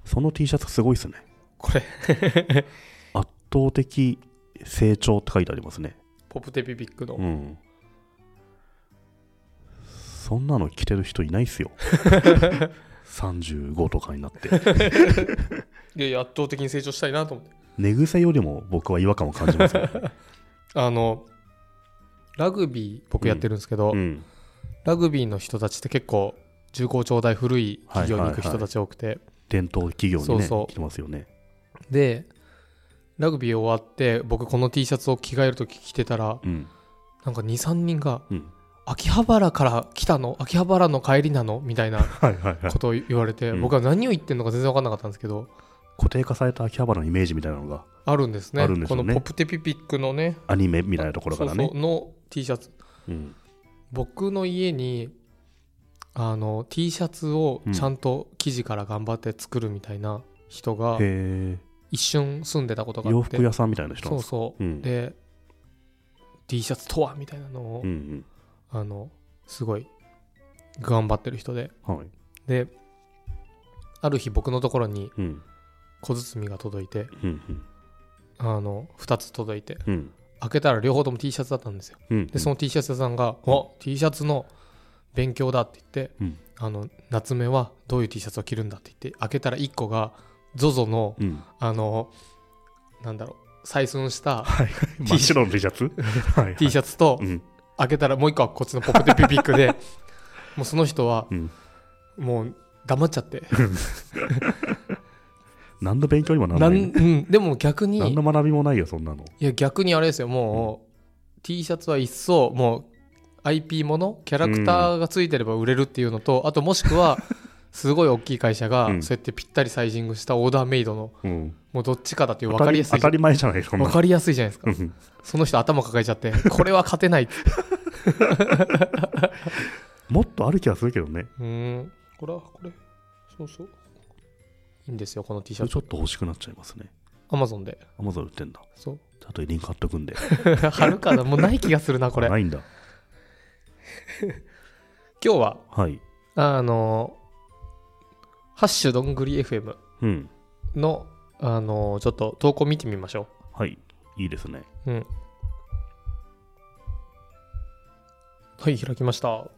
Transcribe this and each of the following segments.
その T シャツすごいっすね。 これ圧倒的成長って書いてありますね。 ポプテピピックの、 うん、そんなの着てる人いないっすよ35とかになっていや圧倒的に成長したいなと思って。 寝癖よりも僕は違和感を感じますよラグビー僕やってるんですけど、 うん、 ラグビーの人たちって結構重厚長大古い企業に行く人たち多くて、 伝統企業にねそう来てますよね。 でラグビー終わって僕この T シャツを着替えるとき着てたら、 うん、 なんか 2,3 人が、 うん、 秋葉原から来たの、秋葉原の帰りなのみたいなことを言われて、僕は何を言ってんのか全然分かんなかったんですけど、 固定化された秋葉原のイメージみたいなのがあるんですね。 あるんですよね。 このポプテピピックのねアニメみたいなところからね、 そうの T シャツ、 うん、 僕の家にT シャツをちゃんと生地から頑張って作るみたいな人が一瞬住んでたことがあって、 洋服屋さんみたいな人なんですか。 そうそう、うん、で T シャツとはみたいなのを、 うんうん、 すごい頑張ってる人で、 はい、 である日僕のところにうん小包が届いて、 うんうん、 2つ届いて、 うん、 開けたら両方とも T シャツだったんですよ、うんうん、でその T シャツ屋さんが、T シャツの勉強だって言って、うん、夏目はどういう T シャツを着るんだって言って開けたら1個が ZOZO の、うん、なんだろう採寸した、 はい、真っ白の T シャツ T シャツと、うん、開けたらもう1個はこっちのポプテピピックでもうその人は、うん、もう黙っちゃって何の勉強にもならない、ね、 うん、でも逆に何の学びもないよそんなの。 いや逆にあれですよ、もう、うん、T シャツは一層もう IP ものキャラクターがついてれば売れるっていうのと、あともしくはすごい大きい会社がそうやってぴったりサイジングしたオーダーメイドの、うん、もうどっちかだっていう分かりやすい、 当たり前じゃないですか。 分かりやすいじゃないですかその人頭抱えちゃってこれは勝てないってもっとある気がするけどね。 これそうそういいんですよこの T シャツ。 ちょっと欲しくなっちゃいますね。 Amazon で売ってんだ。 そうちゃんとリンク貼っとくんで貼るかな、もうない気がするなこれないんだ今日は、 はい、 ハッシュどんぐり FM の、ちょっと投稿見てみましょう。はい、いいですね。 うん。はい、開きました。 はい。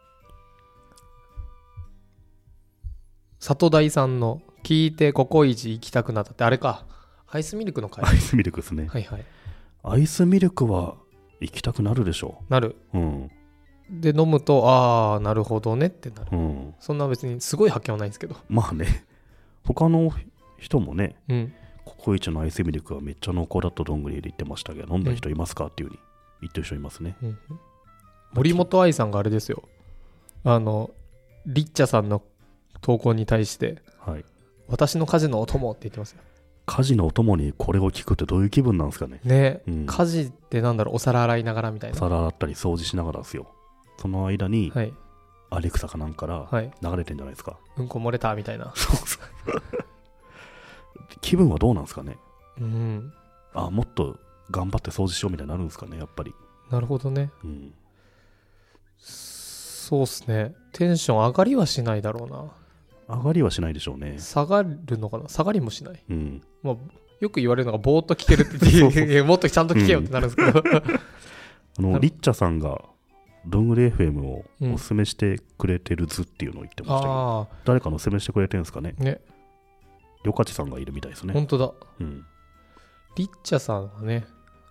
里大さんの聞いてココイチ行きたくなったってあれか。アイスミルクの回。 アイスミルクですね。 はいはい。 アイスミルクは行きたくなるでしょう。 なる。 うん。 で飲むとなるほどねってなる、 うん、 そんな別にすごい発見はないんですけど、 まあね他の人もね、 うん、 ココイチのアイスミルクはめっちゃ濃厚だとどんぐりで言ってましたけど、飲んだ人いますかっていう風に言ってる人いますね、うん、 森本愛さんがあれですよ、リッチャさんの投稿に対して、はい、私の家事のお供って言ってますよ。 家事のお供にこれを聞くってどういう気分なんですかね。 ね、うん、家事ってなんだろう、お皿洗いながらみたいな。 お皿洗ったり掃除しながらですよ。その間に、はい、アレクサかなんから流れてんじゃないですか、はい、 うんこ漏れたみたいなそうそう気分はどうなんですかね、 うん、 もっと頑張って掃除しようみたいになるんですかね、やっぱり。 なるほどね、うん、そうっすね。テンション上がりはしないだろうな。 上がりはしないでしょうね。 下がるのかな。下がりもしない、 うんまあ、よく言われるのがぼーっと聞けるっていうもっとちゃんと聞けよってなるんですけど、 リッチャさんがどんぐり FM をおすすめしてくれてる図っていうのを言ってましたけど、誰かのおすすめしてくれてるんですかね。 ね、 りょかちさんがいるみたいですね。 本当だ、 うん、 リッチャさんはね、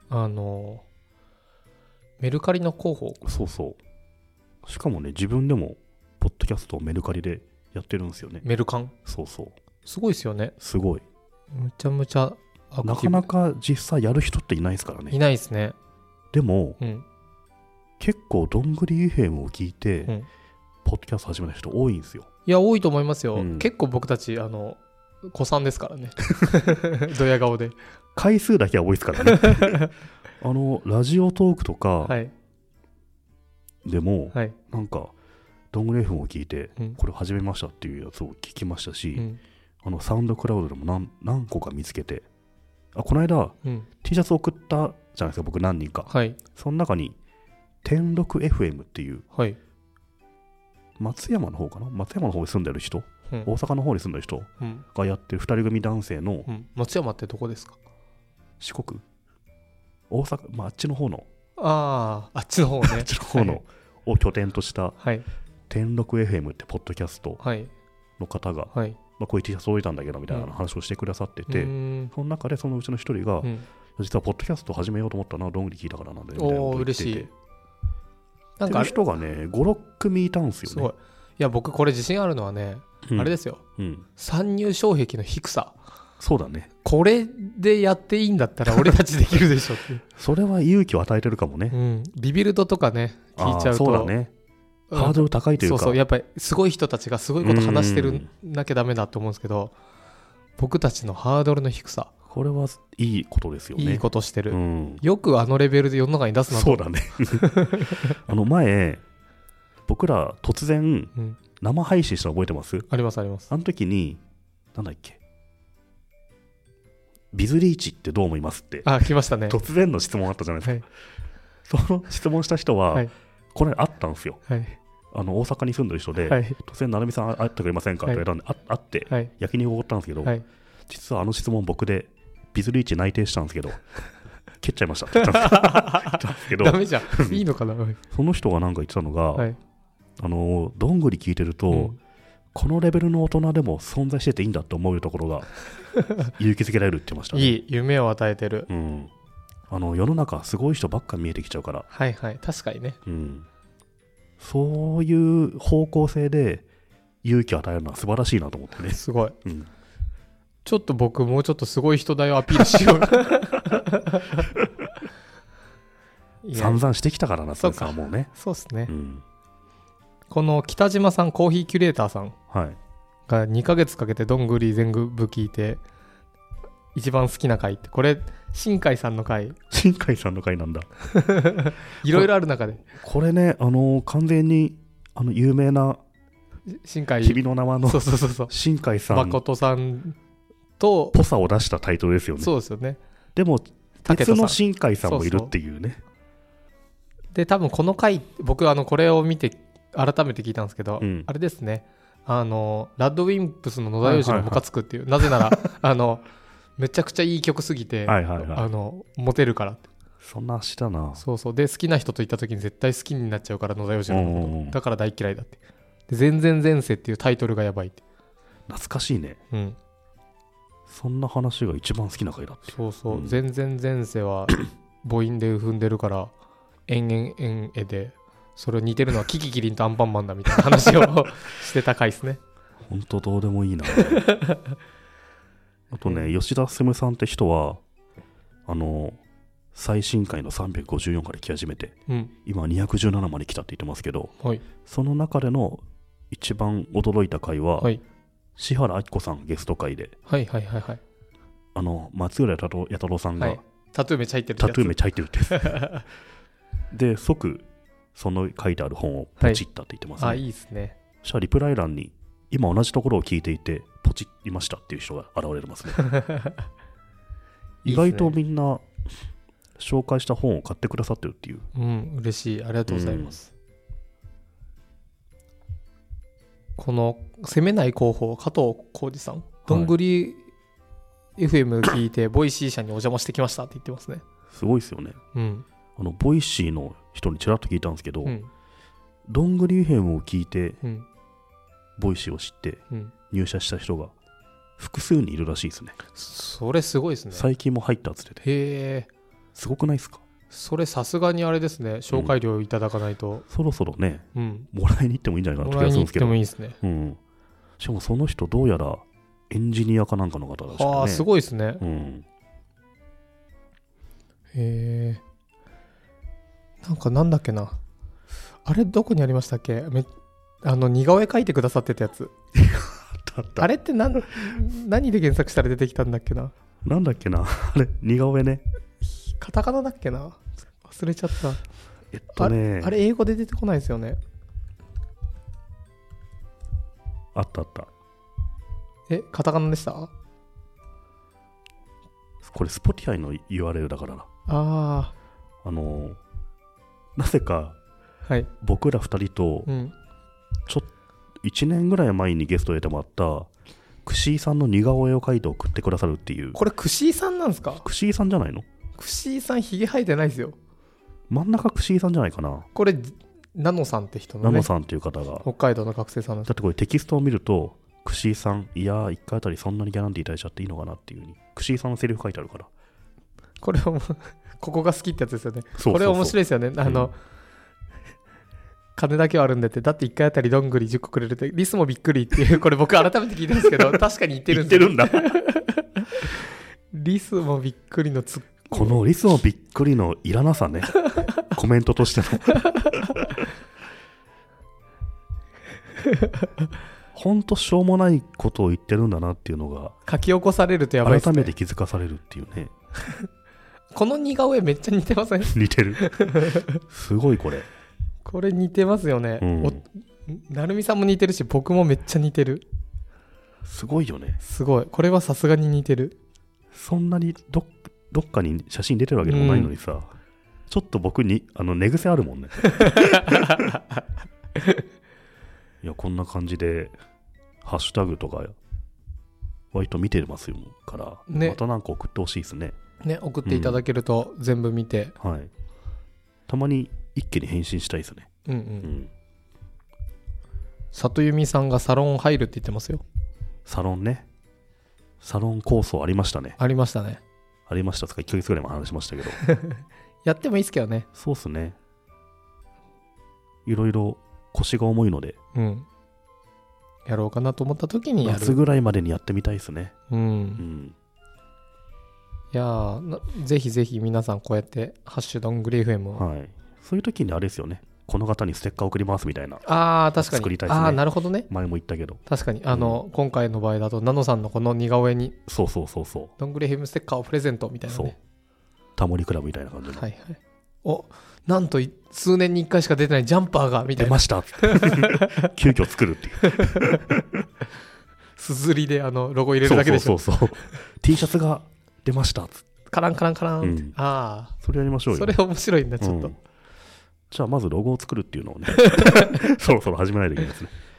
メルカリの広報。 そうそう。しかもね、自分でもポッドキャストをメルカリでやってるんですよね。 メルカン。 そうそう。 すごいですよね。 すごい。 むちゃむちゃアクティブ。 なかなか実際やる人っていないですからね。 いないですね。 でも、 うん、 結構どんぐり FM を聞いて、うん、ポッドキャスト始めた人多いんですよ。 いや多いと思いますよ、うん、結構僕たち子さんですからねドヤ顔で回数だけは多いですからねラジオトークとかでも、はい、なんかどんぐり FM を聞いて、うん、これ始めましたっていうやつを聞きましたし、うん、サウンドクラウドでも何個か見つけて、この間、うん、T シャツ送ったじゃないですか、僕何人か、はい、その中に天禄 FM っていう、はい、松山の方かな、松山の方に住んでる人大阪の方に住んだ人がやってる2人組男性の、 松山ってどこですか？ 四国大阪、あっちの方のあっちの方ねあっちの方のを拠点とした天禄 FM ってポッドキャストの方が、こういう T シャツを置いたんだけどみたいな話をしてくださってて、その中でそのうちの一人が、実はポッドキャストを始めようと思ったのはどんぐり聞いたからなんだよみたいなことを言ってて、嬉しい。なんかあれ人がね 5,6 組いたんですよね。すごい。いや僕これ自信あるのはね、あれですよ、参入障壁の低さ。 そうだね。 これでやっていいんだったら俺たちできるでしょってそれは勇気を与えてるかもね、 ビビルドとかね聞いちゃうとそうだね、ハードル高いというか、 そうやっぱりすごい人たちがすごいこと話してるなきゃダメだと思うんですけど、僕たちのハードルの低さ、 これはいいことですよね。 いいことしてる、よくあのレベルで世の中に出すなと。 そうだね前僕ら突然生配信したの覚えてます？ ありますあります。 あの時になんだっけ、ビズリーチってどう思いますって来ましたね。 突然の質問あったじゃないですか、その質問した人は、これあったんですよ、大阪に住んでる人で、突然成美さん会ってくれませんかって言われたんで、会って、焼肉をおごったんですけど、実はあの質問僕でビズリーチ内定したんですけど蹴っちゃいましたって言ったんですけどダメじゃん、いいのかなその人がなんか言ってたのが、どんぐり聞いてると、このレベルの大人でも存在してていいんだと思うところが勇気づけられるって言ってましたね。 いい夢を与えてる、 世の中すごい人ばっか見えてきちゃうから、 確かにね、 そういう方向性で勇気を与えるのは素晴らしいなと思ってね。 すごい、ちょっと僕もうちょっとすごい人だよアピールしよう散々してきたからな、それさもうね。 そうですね、この北島さん、コーヒーキュレーターさんが2ヶ月かけてどんぐり全部聞いて一番好きな回って、これ新海さんの回。 新海さんの回なんだいろいろある中でこれね、完全に有名な新海君の名はの新海さん誠さんとぽさを出したタイトルですよね。 そうですよね。 でも別の新海さんもいるっていうね。 で多分この回僕これを見て改めて聞いたんですけど、あれですね、ラッドウィンプスの野田洋次がムカつくっていう、なぜならめちゃくちゃいい曲すぎて、モテるからって。 そんな足だな。 そうで好きな人といった時に絶対好きになっちゃうから野田洋次のこと、だから大嫌いだって。で全然前世っていうタイトルがやばいって。 懐かしいね。そんな話が一番好きな回だって。 そう、全然前世は母音で踏んでるから延々で、それを似てるのはキキキリンとアンパンマンだみたいな話をしてた回ですね。 ほんとどうでもいいなあとね、吉田進さんって人は最新回の354から来始めて、今217まで来たって言ってますけど、その中での一番驚いた回は、志原明子さんゲスト回で、松浦弥太郎さんが、 タトゥーめちゃ入ってるタトゥーめちゃ入ってるってで即その書いてある本をポチったって言ってますね。 いいですね。 そしたらリプライ欄に今同じところを聞いていてポチりましたっていう人が現れてますね意外とみんな紹介した本を買ってくださってるっていう。 嬉しい、ありがとうございます。この攻めない広報加藤浩二さん、どんぐり FM 聞いてボイシー社にお邪魔してきましたって言ってますね。 すごいですよね。ボイシーの人にちらっと聞いたんですけど、どんぐり FM を聞いて、ボイシーを知って入社した人が複数にいるらしいですね。 それすごいですね。 最近も入ったっつってて。 へえ、 すごくないですか？ それさすがにあれですね、紹介料いただかないと、 そろそろね、もらいに行ってもいいんじゃないかなって気がするんですけど。 もらいに行ってもいいですね。 しかもその人どうやらエンジニアかなんかの方らしくてね。 すごいですね。へえ。なんだっけな、あれどこにありましたっけ、似顔絵描いてくださってたやつあれって何で検索したら出てきたんだっけな。 なんだっけなあれ、似顔絵ね。 カタカナだっけな、忘れちゃった。あれ英語で出てこないですよね。 あったあった。 カタカナでした？ これ Spotify の URL だからな。 なぜか、僕ら2人と 1年ぐらい前にゲストで出てもらったクシーさんの似顔絵を描いて送ってくださるっていう。 これクシーさんなんですか？ クシーさんじゃないの？ クシーさんひげ生えてないですよ。 真ん中クシーさんじゃないかな。 これナノさんって人のね、 ナノさんっていう方が、 北海道の学生さんなんです。 だってこれテキストを見るとクシーさん、いやー1回あたりそんなにギャランティーいただいちゃっていいのかなっていう風にクシーさんのセリフ書いてあるから。 これはここが好きってやつですよね。 そうそうそう、 これ面白いですよね。金だけはあるんでって、だって1回あたりどんぐり10個くれるって、リスもびっくりっていう、これ僕改めて聞いたんですけど、確かに言ってるんですよ。 言ってるんだ。 リスもびっくりのこのリスもびっくりのいらなさね。コメントとしての。ほんとしょうもないことを言ってるんだなっていうのが書き起こされるとやばいですね。 改めて気づかされるっていうね。 この似顔絵めっちゃ似てません？ 似てる。すごいこれ。 これ似てますよね。なるみさんも似てるし、僕もめっちゃ似てる。 すごいよね。 すごい。これはさすがに似てる。そんなにどっかに写真出てるわけでもないのにさ、ちょっと僕に寝癖あるもんね。いや、こんな感じでハッシュタグとか割と見てますよから、ね、またなんか送ってほしいですね。 ね、送っていただけると全部見て、 はい。たまに一気に返信したいですね。 里由美さんがサロン入るって言ってますよ。 サロンね。サロン構想ありましたね。 ありましたね。 ありましたとか1ヶ月ぐらいも話しましたけど。 やってもいいですけどね。 そうっすね。いろいろ腰が重いので、 やろうかなと思った時にやる。 夏ぐらいまでにやってみたいですね。 いやー、ぜひぜひ皆さんこうやってハッシュドングリーFMを、 はい、そういう時にあれですよね、この方にステッカー送りますみたいな。 確かに作りたいですね。 なるほどね。 前も言ったけど、 確かに今回の場合だとナノさんのこの似顔絵にそうドングリーFMステッカーをプレゼントみたいなね。そうタモリクラブみたいな感じで、 なんと数年に1回しか出てないジャンパーがみたいな、 出ました急遽作るっていうすずりでロゴ入れるだけでしょ。 そう T シャツが出ましたカランカランカランって、 それやりましょうよ。 それ面白いんだちょっと、 じゃあまずロゴを作るっていうのをねそろそろ始めないといけないですね。